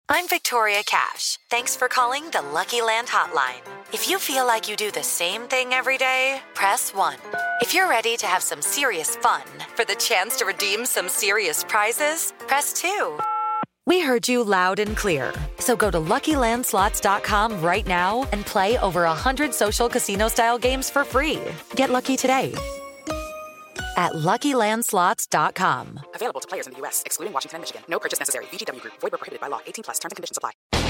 I'm Victoria Cash. Thanks for calling the Lucky Land Hotline. If you feel like you do the same thing every day, press 1. If you're ready to have some serious fun for the chance to redeem some serious prizes, press 2. We heard you loud and clear. So go to LuckyLandSlots.com right now and play over 100 social casino-style games for free. Get lucky today at LuckyLandSlots.com. Available to players in the U.S., excluding Washington and Michigan. No purchase necessary. VGW Group. Void where prohibited by law. 18+. Terms and conditions apply.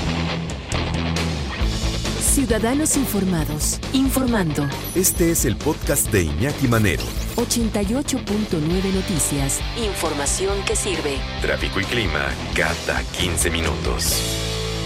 Ciudadanos informados, informando. Este es el podcast de Iñaki Manero. 88.9 Noticias. Información que sirve. Tráfico y clima cada 15 minutos.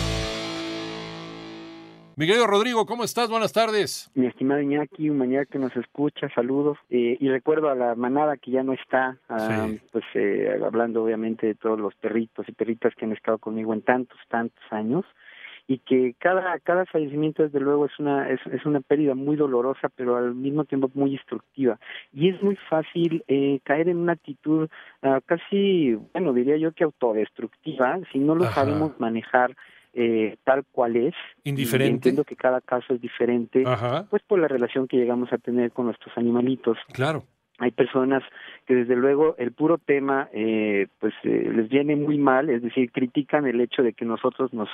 Mi querido Rodrigo, ¿cómo estás? Buenas tardes. Mi estimado Iñaki, un mañana que nos escucha, saludos. Y recuerdo a la manada que ya no está, hablando obviamente de todos los perritos y perritas que han estado conmigo en tantos años, y que cada fallecimiento desde luego es una pérdida muy dolorosa, pero al mismo tiempo muy instructiva. Y es muy fácil caer en una actitud casi, diría yo que autodestructiva, si no lo sabemos manejar tal cual es. Indiferente. Entiendo que cada caso es diferente, pues por la relación que llegamos a tener con nuestros animalitos. Claro. Hay personas que desde luego el puro tema les viene muy mal, es decir, critican el hecho de que nosotros nos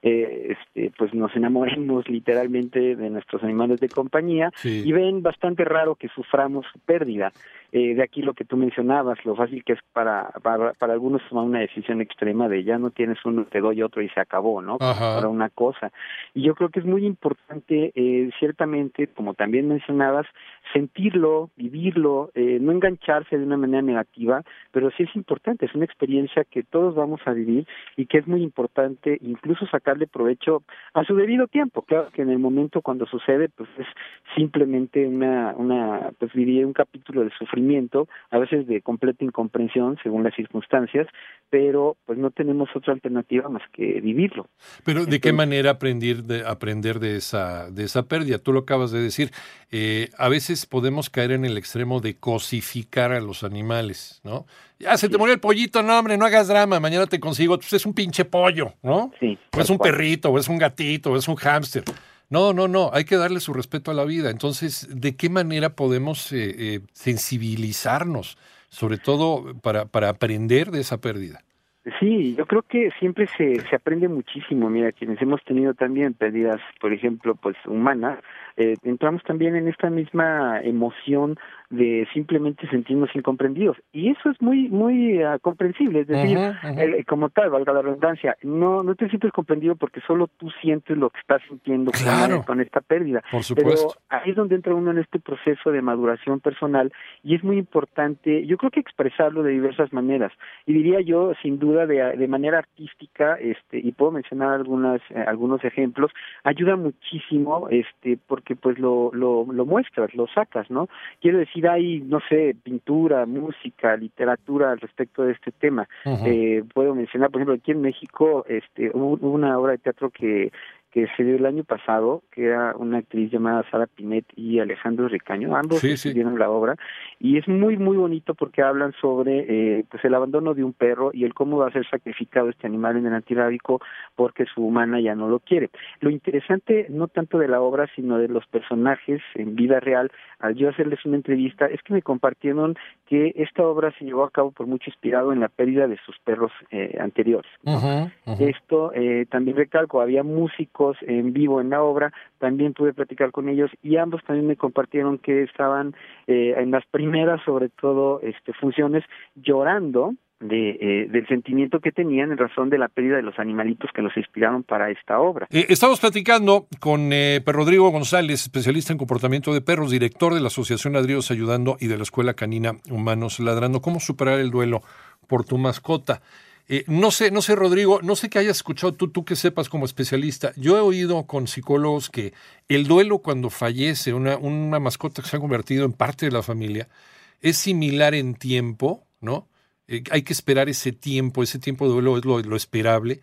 enamoremos literalmente de nuestros animales de compañía, y ven bastante raro que suframos su pérdida. De aquí lo que tú mencionabas, lo fácil que es para algunos tomar una decisión extrema de ya no tienes uno, te doy otro y se acabó, ¿no? Para una cosa. Y yo creo que es muy importante, ciertamente, como también mencionabas, sentirlo, vivirlo, no engancharse de una manera negativa, pero sí es importante, es una experiencia que todos vamos a vivir y que es muy importante incluso sacarle provecho a su debido tiempo. Claro que en el momento cuando sucede, pues es simplemente diría un capítulo de sufrimiento, a veces de completa incomprensión según las circunstancias, pero pues no tenemos otra alternativa más que vivirlo. Pero ¿de qué manera aprender de esa pérdida? Tú lo acabas de decir, a veces podemos caer en el extremo de cosificar a los animales, ¿no? Ya se te murió el pollito, no hombre, no hagas drama, mañana te consigo, pues es un pinche pollo, ¿no? Sí. O es un perrito, o es un gatito, o es un hámster. No, hay que darle su respeto a la vida. Entonces, ¿de qué manera podemos sensibilizarnos, sobre todo para aprender de esa pérdida? Sí, yo creo que siempre se aprende muchísimo. Mira, quienes hemos tenido también pérdidas, por ejemplo, pues humanas, entramos también en esta misma emoción de simplemente sentirnos incomprendidos, y eso es muy comprensible, es decir, como tal, valga la redundancia, no te sientes comprendido porque solo tú sientes lo que estás sintiendo con esta pérdida. Por supuesto. Pero ahí es donde entra uno en este proceso de maduración personal, y es muy importante, yo creo que expresarlo de diversas maneras, y diría yo, sin duda, de manera artística, y puedo mencionar algunos ejemplos, ayuda muchísimo, porque pues lo muestras, lo sacas, ¿no? Quiero decir, hay, no sé, pintura, música, literatura al respecto de este tema. Puedo mencionar, por ejemplo, aquí en México hubo una obra de teatro que se dio el año pasado, que era una actriz llamada Sara Pinet y Alejandro Ricaño, ambos escribieron la obra, y es muy, muy bonito porque hablan sobre el abandono de un perro y el cómo va a ser sacrificado este animal en el antirrábico porque su humana ya no lo quiere. Lo interesante, no tanto de la obra, sino de los personajes en vida real, al yo hacerles una entrevista, es que me compartieron que esta obra se llevó a cabo por mucho inspirado en la pérdida de sus perros anteriores, ¿no? Esto también recalco, había músicos en vivo en la obra, también pude platicar con ellos, y ambos también me compartieron que estaban en las primeras, sobre todo, funciones, llorando del sentimiento que tenían en razón de la pérdida de los animalitos que los inspiraron para esta obra. Estamos platicando con Rodrigo González, especialista en comportamiento de perros, director de la Asociación Ladridos Ayudando y de la Escuela Canina Humanos Ladrando. ¿Cómo superar el duelo por tu mascota? No sé, Rodrigo, no sé qué hayas escuchado tú que sepas como especialista. Yo he oído con psicólogos que el duelo cuando fallece una mascota que se ha convertido en parte de la familia es similar en tiempo, ¿no? Hay que esperar ese tiempo de duelo es lo esperable,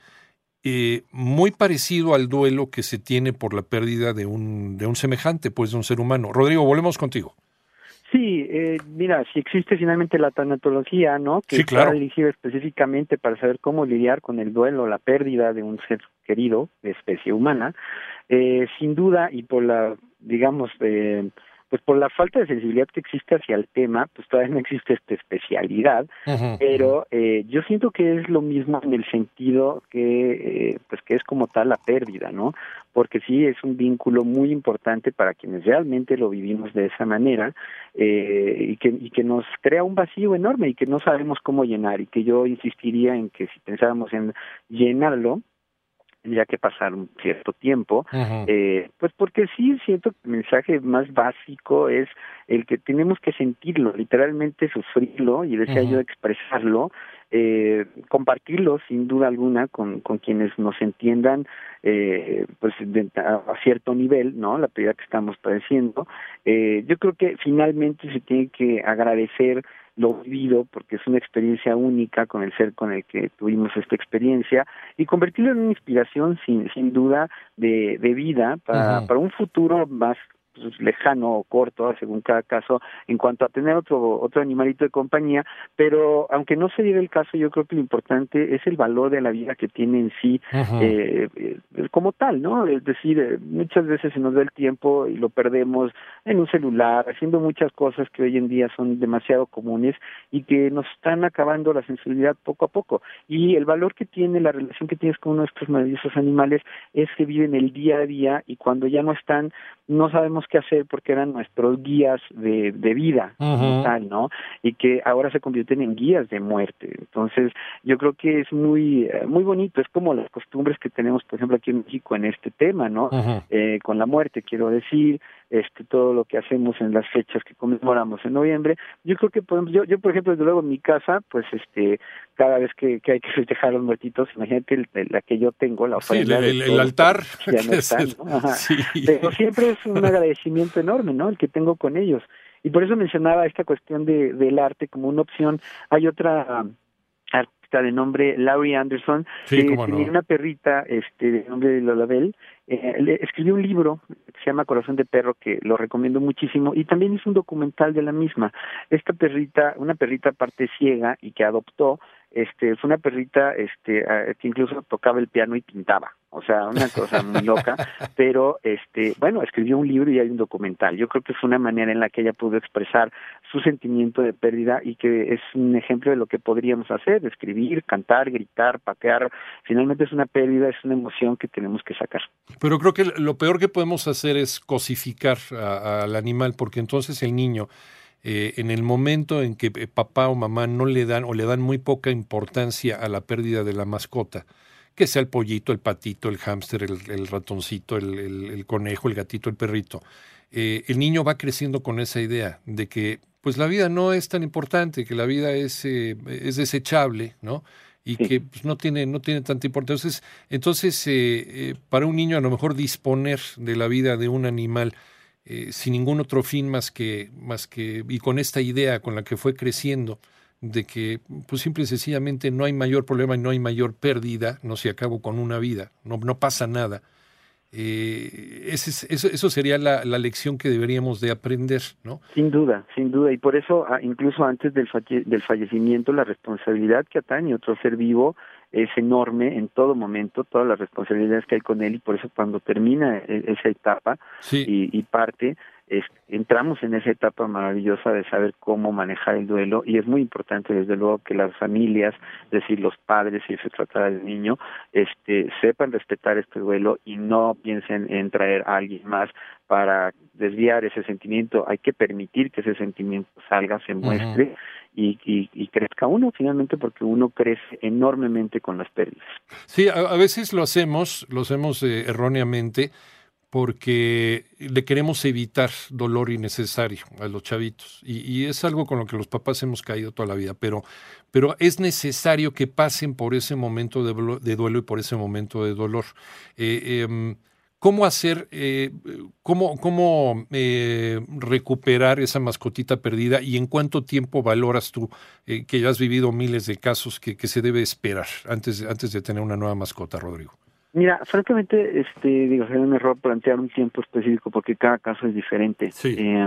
muy parecido al duelo que se tiene por la pérdida de un semejante, pues de un ser humano. Rodrigo, volvemos contigo. Sí, mira, si existe finalmente la tanatología, ¿no? Que Sí, claro. está dirigida específicamente para saber cómo lidiar con el duelo, la pérdida de un ser querido de especie humana, sin duda y por la, digamos, pues por la falta de sensibilidad que existe hacia el tema, pues todavía no existe esta especialidad, pero yo siento que es lo mismo en el sentido que, pues que es como tal la pérdida, ¿no? Porque sí es un vínculo muy importante para quienes realmente lo vivimos de esa manera, y que nos crea un vacío enorme y que no sabemos cómo llenar, y que yo insistiría en que si pensáramos en llenarlo, tendría que pasar un cierto tiempo, pues porque sí siento que el mensaje más básico es el que tenemos que sentirlo, literalmente sufrirlo, y decía yo expresarlo, compartirlo sin duda alguna con quienes nos entiendan, pues a cierto nivel, ¿no? La pérdida que estamos padeciendo. Yo creo que finalmente se tiene que agradecer lo vivido, porque es una experiencia única con el ser con el que tuvimos esta experiencia, y convertirlo en una inspiración sin duda de vida para un futuro más lejano o corto, según cada caso, en cuanto a tener otro animalito de compañía, pero aunque no se diera el caso, yo creo que lo importante es el valor de la vida que tiene en sí, como tal, ¿no? Es decir, muchas veces se nos da el tiempo y lo perdemos en un celular, haciendo muchas cosas que hoy en día son demasiado comunes y que nos están acabando la sensibilidad poco a poco, y el valor que tiene la relación que tienes con uno de estos maravillosos animales es que viven el día a día, y cuando ya no están, no sabemos qué hacer porque eran nuestros guías de vida, como tal, ¿no? Y que ahora se convierten en guías de muerte. Entonces, yo creo que es muy bonito, es como las costumbres que tenemos, por ejemplo, aquí en México en este tema, ¿no? Con la muerte, quiero decir, todo lo que hacemos en las fechas que conmemoramos en noviembre. Yo creo que podemos, yo por ejemplo, desde luego en mi casa, pues cada vez que hay que festejar a los muertitos, imagínate la que yo tengo, la ofrenda, el altar, ya no está, ¿no? Ajá. Sí. Pero siempre es un agradecimiento enorme, ¿no? El que tengo con ellos. Y por eso mencionaba esta cuestión del arte como una opción. Hay otra artista de nombre Laurie Anderson, que tenía una perrita de nombre Lolabelle. Escribió un libro que se llama Corazón de Perro, que lo recomiendo muchísimo, y también hizo un documental de la misma. Esta perrita, una perrita aparte ciega y que adoptó, fue una perrita que incluso tocaba el piano y pintaba, o sea, una cosa muy loca, pero bueno, escribió un libro y hay un documental. Yo creo que fue una manera en la que ella pudo expresar su sentimiento de pérdida, y que es un ejemplo de lo que podríamos hacer: escribir, cantar, gritar, patear. Finalmente es una pérdida, es una emoción que tenemos que sacar. Pero creo que lo peor que podemos hacer es cosificar al animal, porque entonces el niño, en el momento en que papá o mamá no le dan o le dan muy poca importancia a la pérdida de la mascota, que sea el pollito, el patito, el hámster, el ratoncito, el conejo, el gatito, el perrito, el niño va creciendo con esa idea de que pues la vida no es tan importante, que la vida es desechable, ¿no? Y que pues, no tiene tanta importancia. Entonces para un niño a lo mejor disponer de la vida de un animal sin ningún otro fin más que y con esta idea con la que fue creciendo de que pues simple y sencillamente no hay mayor problema y no hay mayor pérdida, no se acabó con una vida, no pasa nada. Eso sería la lección que deberíamos de aprender, ¿no? Sin duda, y por eso incluso antes del fallecimiento, la responsabilidad que atañe a otro ser vivo es enorme en todo momento, todas las responsabilidades que hay con él, y por eso cuando termina esa etapa y parte, entramos en esa etapa maravillosa de saber cómo manejar el duelo, y es muy importante desde luego que las familias, es decir, los padres, si se trata del niño, sepan respetar este duelo y no piensen en traer a alguien más para desviar ese sentimiento. Hay que permitir que ese sentimiento salga, se muestre y crezca uno finalmente, porque uno crece enormemente con las pérdidas. Sí, a veces lo hacemos erróneamente, porque le queremos evitar dolor innecesario a los chavitos. Y es algo con lo que los papás hemos caído toda la vida, pero es necesario que pasen por ese momento de duelo y por ese momento de dolor. ¿Cómo hacer, cómo recuperar esa mascotita perdida, y en cuánto tiempo valoras tú, que ya has vivido miles de casos, que se debe esperar antes de tener una nueva mascota, Rodrigo? Mira, francamente, sería un error plantear un tiempo específico porque cada caso es diferente. Sí.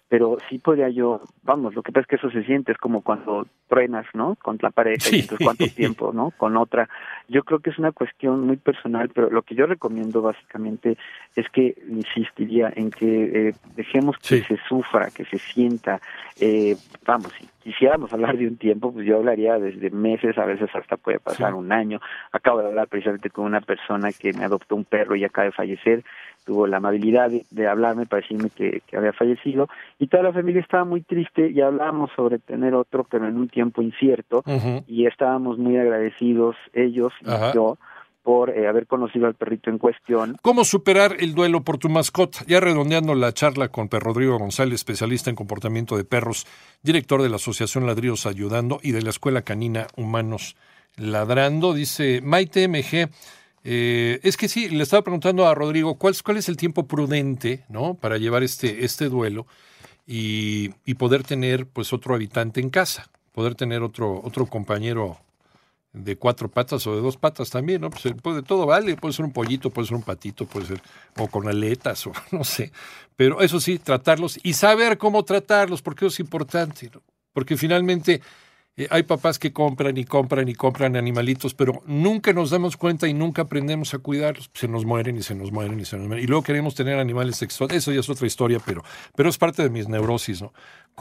pero sí podría yo, vamos, lo que pasa es que eso se siente, es como cuando truenas, ¿no? Con la pareja, Sí. y entonces cuánto tiempo, ¿no? Con otra. Yo creo que es una cuestión muy personal, pero lo que yo recomiendo básicamente es que insistiría en que dejemos que Sí. se sufra, que se sienta. Vamos, si quisiéramos hablar de un tiempo, pues yo hablaría desde meses, a veces hasta puede pasar Sí. un año. Acabo de hablar precisamente con una persona que me adoptó un perro y acaba de fallecer. Tuvo la amabilidad de hablarme para decirme que había fallecido, y toda la familia estaba muy triste, y hablábamos sobre tener otro, pero en un tiempo incierto, Ujú. y estábamos muy agradecidos ellos y Ajá. yo por haber conocido al perrito en cuestión. ¿Cómo superar el duelo por tu mascota? Ya redondeando la charla con Rodrigo González, especialista en comportamiento de perros, director de la Asociación Ladridos Ayudando y de la Escuela Canina Humanos Ladrando, dice Maite MG. Es que sí, le estaba preguntando a Rodrigo cuál es el tiempo prudente, ¿no?, para llevar este duelo y poder tener pues otro habitante en casa, poder tener otro compañero de 4 patas o de 2 patas también, ¿no? Pues puede, todo vale, puede ser un pollito, puede ser un patito, puede ser o con aletas o no sé, pero eso sí, tratarlos y saber cómo tratarlos, porque eso es importante, ¿no? Porque finalmente hay papás que compran y compran y compran animalitos, pero nunca nos damos cuenta y nunca aprendemos a cuidarlos. Se nos mueren y se nos mueren y se nos mueren. Y luego queremos tener animales exóticos. Eso ya es otra historia, pero es parte de mis neurosis, ¿no?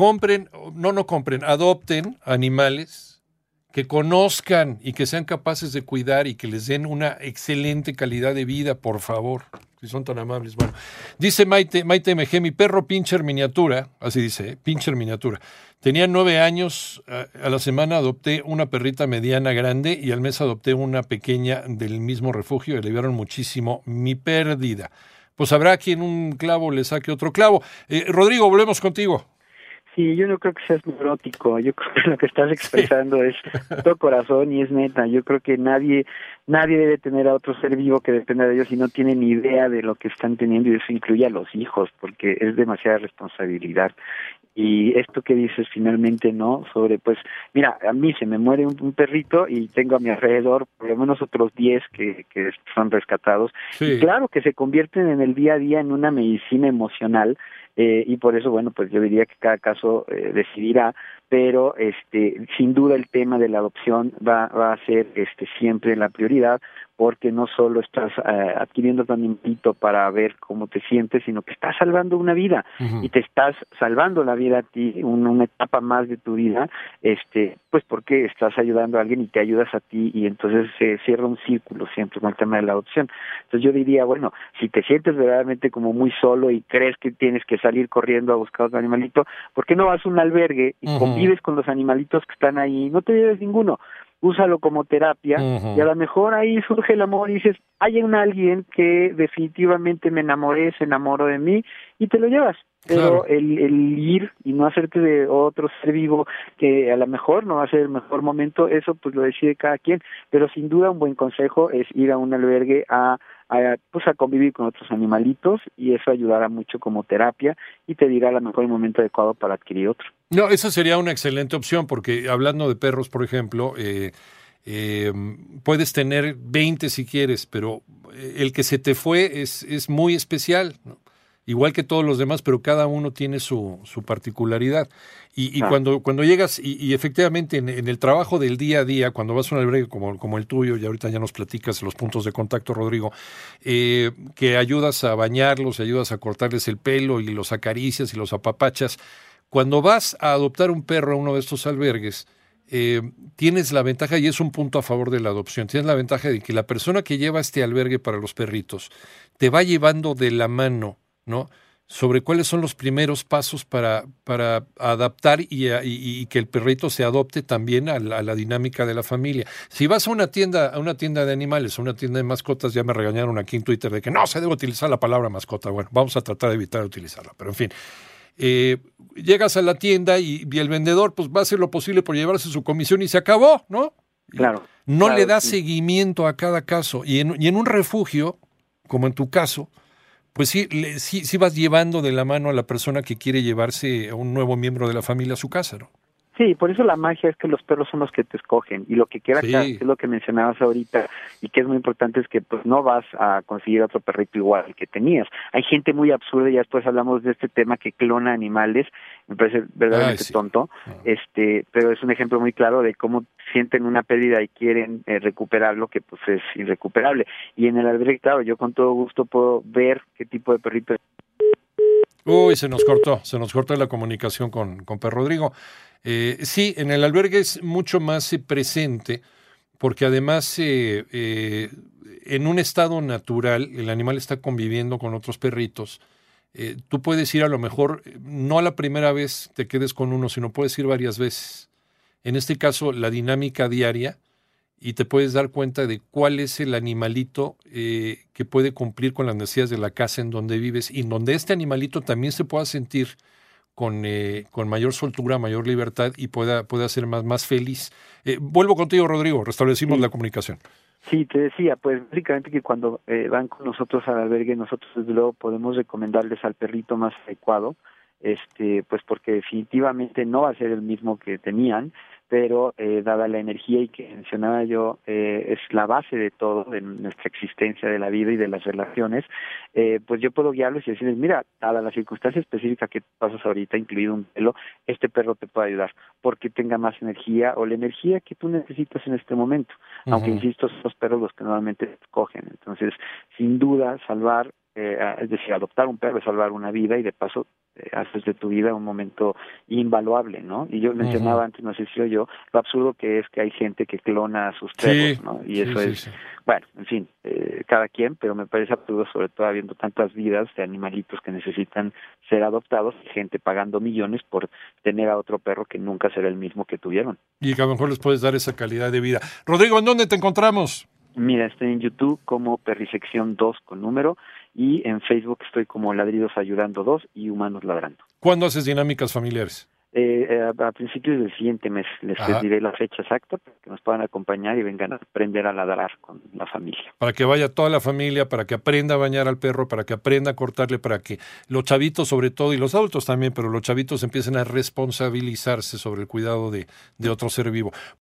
No compren, adopten animales que conozcan y que sean capaces de cuidar y que les den una excelente calidad de vida, por favor, si son tan amables. Bueno, dice Maite MG, mi perro Pinscher miniatura, así dice, Pinscher miniatura, tenía 9 años, a la semana adopté una perrita mediana grande y al mes adopté una pequeña del mismo refugio y aliviaron muchísimo mi pérdida. Pues habrá quien un clavo le saque otro clavo. Rodrigo, volvemos contigo. Sí, yo no creo que seas neurótico, yo creo que lo que estás expresando es todo corazón y es neta. Yo creo que nadie debe tener a otro ser vivo que dependa de ellos y no tiene ni idea de lo que están teniendo, y eso incluye a los hijos, porque es demasiada responsabilidad. Y esto que dices finalmente, ¿no? Sobre, pues, mira, a mí se me muere un perrito y tengo a mi alrededor por lo menos otros 10 que son rescatados. Sí. Y claro que se convierten en el día a día en una medicina emocional, y por eso, bueno, pues yo diría que cada caso decidirá, pero sin duda el tema de la adopción va a ser siempre la prioridad, porque no solo estás adquiriendo tu animalito para ver cómo te sientes, sino que estás salvando una vida. Uh-huh. Y te estás salvando la vida a ti, una etapa más de tu vida, pues porque estás ayudando a alguien y te ayudas a ti, y entonces se cierra un círculo siempre con el tema de la adopción. Entonces yo diría, bueno, si te sientes verdaderamente como muy solo y crees que tienes que salir corriendo a buscar otro animalito, ¿por qué no vas a un albergue y convives con los animalitos que están ahí? No te lleves ninguno, úsalo como terapia, y a lo mejor ahí surge el amor y dices, hay alguien que definitivamente se enamoró de mí, y te lo llevas. Pero claro, el ir y no hacerte de otro ser vivo que a lo mejor no va a ser el mejor momento, eso pues lo decide cada quien, pero sin duda un buen consejo es ir a un albergue a convivir con otros animalitos, y eso ayudará mucho como terapia y te dirá a lo mejor el momento adecuado para adquirir otro. No, esa sería una excelente opción, porque hablando de perros, por ejemplo, puedes tener 20 si quieres, pero el que se te fue es muy especial, ¿no? Igual que todos los demás, pero cada uno tiene su particularidad. Y cuando llegas, y efectivamente en el trabajo del día a día, cuando vas a un albergue como el tuyo, y ahorita ya nos platicas los puntos de contacto, Rodrigo, que ayudas a bañarlos, ayudas a cortarles el pelo y los acaricias y los apapachas, cuando vas a adoptar un perro a uno de estos albergues, tienes la ventaja, y es un punto a favor de la adopción, tienes la ventaja de que la persona que lleva este albergue para los perritos te va llevando de la mano, ¿no?, sobre cuáles son los primeros pasos para adaptar y que el perrito se adopte también a la dinámica de la familia. Si vas a una tienda de animales, a una tienda de mascotas, ya me regañaron aquí en Twitter de que no se debe utilizar la palabra mascota. Bueno, vamos a tratar de evitar utilizarla, pero en fin. Llegas a la tienda y el vendedor pues va a hacer lo posible por llevarse su comisión y se acabó, ¿no? Claro. No claro, le da sí. seguimiento a cada caso. Y en un refugio, como en tu caso, pues sí vas llevando de la mano a la persona que quiere llevarse a un nuevo miembro de la familia a su casa, ¿no? Sí, por eso la magia es que los perros son los que te escogen, y lo que queda acá, que es lo que mencionabas ahorita y que es muy importante, es que pues no vas a conseguir otro perrito igual al que tenías. Hay gente muy absurda, y ya después hablamos de este tema, que clona animales, me parece verdaderamente tonto, pero es un ejemplo muy claro de cómo sienten una pérdida y quieren recuperarlo, que pues es irrecuperable. Y en el albergue, claro, yo con todo gusto puedo ver qué tipo de perrito. Uy, se nos cortó la comunicación con Per Rodrigo. Sí, en el albergue es mucho más presente, porque además en un estado natural el animal está conviviendo con otros perritos. Tú puedes ir, a lo mejor, no a la primera vez te quedes con uno, sino puedes ir varias veces. En este caso, la dinámica diaria, y te puedes dar cuenta de cuál es el animalito que puede cumplir con las necesidades de la casa en donde vives, y en donde este animalito también se pueda sentir con mayor soltura, mayor libertad, y pueda ser más feliz. Vuelvo contigo, Rodrigo, restablecimos la comunicación. Sí, te decía, pues básicamente que cuando van con nosotros al albergue, nosotros desde luego podemos recomendarles al perrito más adecuado, pues porque definitivamente no va a ser el mismo que tenían, pero dada la energía y que mencionaba yo, es la base de todo, de nuestra existencia, de la vida y de las relaciones, pues yo puedo guiarlos y decirles, mira, dada la circunstancia específica que pasas ahorita, incluido un pelo, este perro te puede ayudar, porque tenga más energía, o la energía que tú necesitas en este momento, aunque insisto, son los perros los que normalmente escogen. Entonces, sin duda, salvar, es decir, adoptar un perro es salvar una vida, y de paso haces de tu vida un momento invaluable, ¿no? Y yo mencionaba antes, no sé si yo, lo absurdo que es que hay gente que clona a sus perros, ¿no? Y eso es, bueno, en fin, cada quien, pero me parece absurdo, sobre todo habiendo tantas vidas de animalitos que necesitan ser adoptados, y gente pagando millones por tener a otro perro que nunca será el mismo que tuvieron. Y que a lo mejor les puedes dar esa calidad de vida. Rodrigo, ¿en dónde te encontramos? Mira, estoy en YouTube como Perrisección 2 con número, y en Facebook estoy como Ladridos Ayudando 2 y Humanos Ladrando. ¿Cuándo haces dinámicas familiares? A principios del siguiente mes les diré la fecha exacta para que nos puedan acompañar y vengan a aprender a ladrar con la familia. Para que vaya toda la familia, para que aprenda a bañar al perro, para que aprenda a cortarle, para que los chavitos sobre todo, y los adultos también, pero los chavitos empiecen a responsabilizarse sobre el cuidado de otro ser vivo.